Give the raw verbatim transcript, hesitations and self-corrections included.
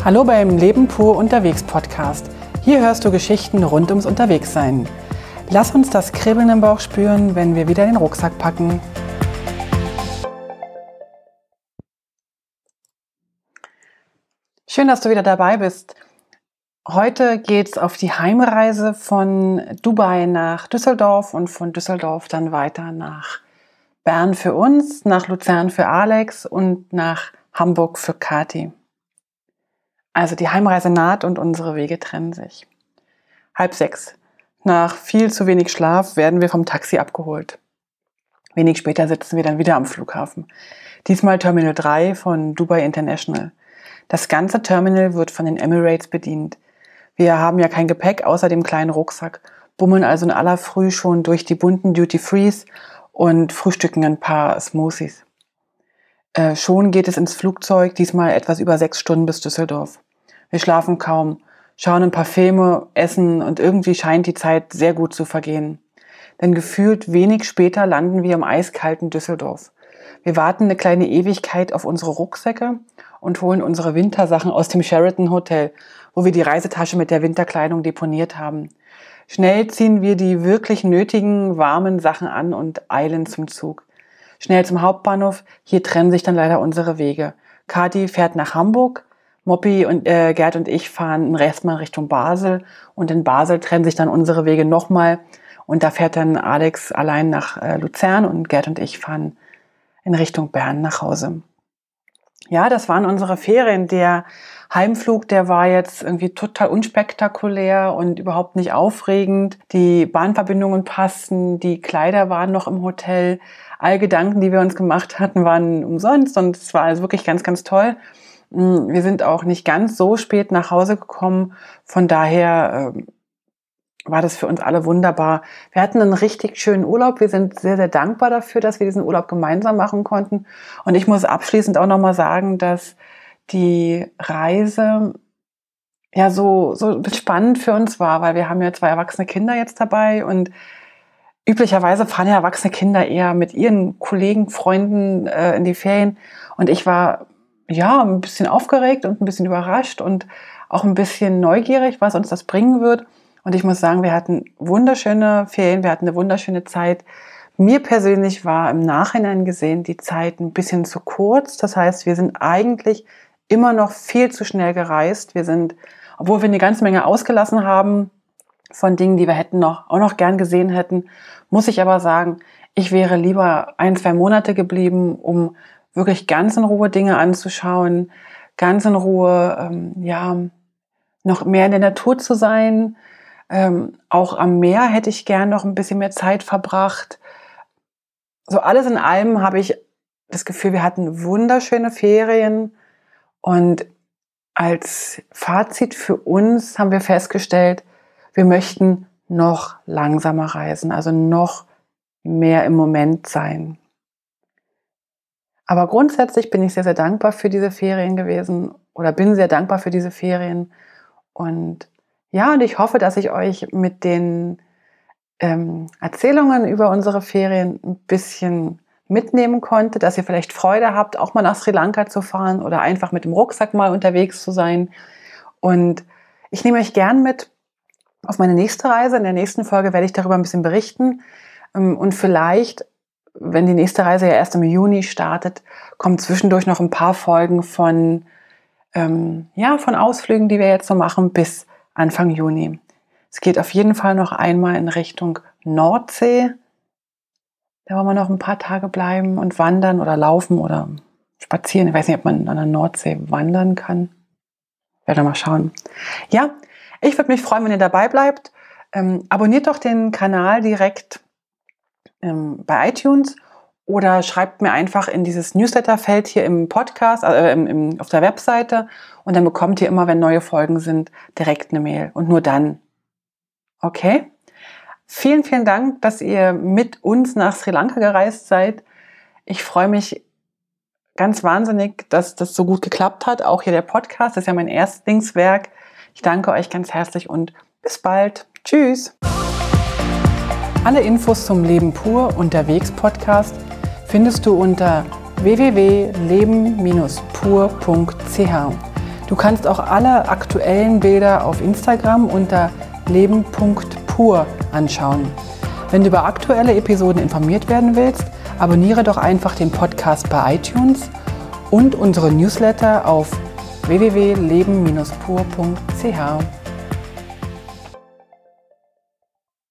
Hallo beim Leben pur unterwegs Podcast. Hier hörst du Geschichten rund ums Unterwegssein. Lass uns das Kribbeln im Bauch spüren, wenn wir wieder den Rucksack packen. Schön, dass du wieder dabei bist. Heute geht's auf die Heimreise von Dubai nach Düsseldorf und von Düsseldorf dann weiter nach Bern für uns, nach Luzern für Alex und nach Hamburg für Kathi. Also die Heimreise naht und unsere Wege trennen sich. Halb sechs. Nach viel zu wenig Schlaf werden wir vom Taxi abgeholt. Wenig später sitzen wir dann wieder am Flughafen. Diesmal Terminal drei von Dubai International. Das ganze Terminal wird von den Emirates bedient. Wir haben ja kein Gepäck außer dem kleinen Rucksack, bummeln also in aller Früh schon durch die bunten Duty-Frees und frühstücken ein paar Smoothies. Äh, schon geht es ins Flugzeug, diesmal etwas über sechs Stunden bis Düsseldorf. Wir schlafen kaum, schauen ein paar Filme, essen und irgendwie scheint die Zeit sehr gut zu vergehen. Denn gefühlt wenig später landen wir im eiskalten Düsseldorf. Wir warten eine kleine Ewigkeit auf unsere Rucksäcke und holen unsere Wintersachen aus dem Sheraton Hotel, wo wir die Reisetasche mit der Winterkleidung deponiert haben. Schnell ziehen wir die wirklich nötigen, warmen Sachen an und eilen zum Zug. Schnell zum Hauptbahnhof, hier trennen sich dann leider unsere Wege. Kathi fährt nach Hamburg, Moppi und äh, Gerd und ich fahren erstmal Richtung Basel und in Basel trennen sich dann unsere Wege nochmal und da fährt dann Alex allein nach äh, Luzern und Gerd und ich fahren in Richtung Bern nach Hause. Ja, das waren unsere Ferien. Der Heimflug, der war jetzt irgendwie total unspektakulär und überhaupt nicht aufregend. Die Bahnverbindungen passten, die Kleider waren noch im Hotel. All Gedanken, die wir uns gemacht hatten, waren umsonst und es war also wirklich ganz, ganz toll. Wir sind auch nicht ganz so spät nach Hause gekommen. Von daher äh, war das für uns alle wunderbar. Wir hatten einen richtig schönen Urlaub. Wir sind sehr, sehr dankbar dafür, dass wir diesen Urlaub gemeinsam machen konnten. Und ich muss abschließend auch nochmal sagen, dass die Reise ja so, so spannend für uns war, weil wir haben ja zwei erwachsene Kinder jetzt dabei und üblicherweise fahren ja erwachsene Kinder eher mit ihren Kollegen, Freunden äh, in die Ferien. Und ich war ja ein bisschen aufgeregt und ein bisschen überrascht und auch ein bisschen neugierig, was uns das bringen wird. Und ich muss sagen, wir hatten wunderschöne Ferien, wir hatten eine wunderschöne Zeit. Mir persönlich war im Nachhinein gesehen die Zeit ein bisschen zu kurz. Das heißt, wir sind eigentlich immer noch viel zu schnell gereist. Wir sind, obwohl wir eine ganze Menge ausgelassen haben von Dingen, die wir hätten noch, auch noch gern gesehen hätten, muss ich aber sagen, ich wäre lieber ein, zwei Monate geblieben, um wirklich ganz in Ruhe Dinge anzuschauen, ganz in Ruhe, ähm, ja, noch mehr in der Natur zu sein. Ähm, auch am Meer hätte ich gern noch ein bisschen mehr Zeit verbracht. So alles in allem habe ich das Gefühl, wir hatten wunderschöne Ferien und als Fazit für uns haben wir festgestellt, wir möchten noch langsamer reisen, also noch mehr im Moment sein. Aber grundsätzlich bin ich sehr, sehr dankbar für diese Ferien gewesen oder bin sehr dankbar für diese Ferien. Und ja, und ich hoffe, dass ich euch mit den ähm, Erzählungen über unsere Ferien ein bisschen mitnehmen konnte, dass ihr vielleicht Freude habt, auch mal nach Sri Lanka zu fahren oder einfach mit dem Rucksack mal unterwegs zu sein. Und ich nehme euch gern mit auf meine nächste Reise. In der nächsten Folge werde ich darüber ein bisschen berichten. Und vielleicht, wenn die nächste Reise ja erst im Juni startet, kommen zwischendurch noch ein paar Folgen von, ähm, ja, von Ausflügen, die wir jetzt so machen, bis Anfang Juni. Es geht auf jeden Fall noch einmal in Richtung Nordsee. Da wollen wir noch ein paar Tage bleiben und wandern oder laufen oder spazieren. Ich weiß nicht, ob man an der Nordsee wandern kann. Werde mal schauen. Ja, ich würde mich freuen, wenn ihr dabei bleibt. Ähm, abonniert doch den Kanal direkt ähm, bei iTunes oder schreibt mir einfach in dieses Newsletter-Feld hier im Podcast, äh, im, im, auf der Webseite und dann bekommt ihr immer, wenn neue Folgen sind, direkt eine Mail und nur dann. Okay? Vielen, vielen Dank, dass ihr mit uns nach Sri Lanka gereist seid. Ich freue mich ganz wahnsinnig, dass das so gut geklappt hat. Auch hier der Podcast, das ist ja mein Erstlingswerk. Ich danke euch ganz herzlich und bis bald. Tschüss! Alle Infos zum Leben pur unterwegs Podcast findest du unter w w w punkt leben Bindestrich pur punkt c h. Du kannst auch alle aktuellen Bilder auf Instagram unter leben punkt pur anschauen. Wenn du über aktuelle Episoden informiert werden willst, abonniere doch einfach den Podcast bei iTunes und unsere Newsletter auf w w w punkt leben Bindestrich pur punkt c h.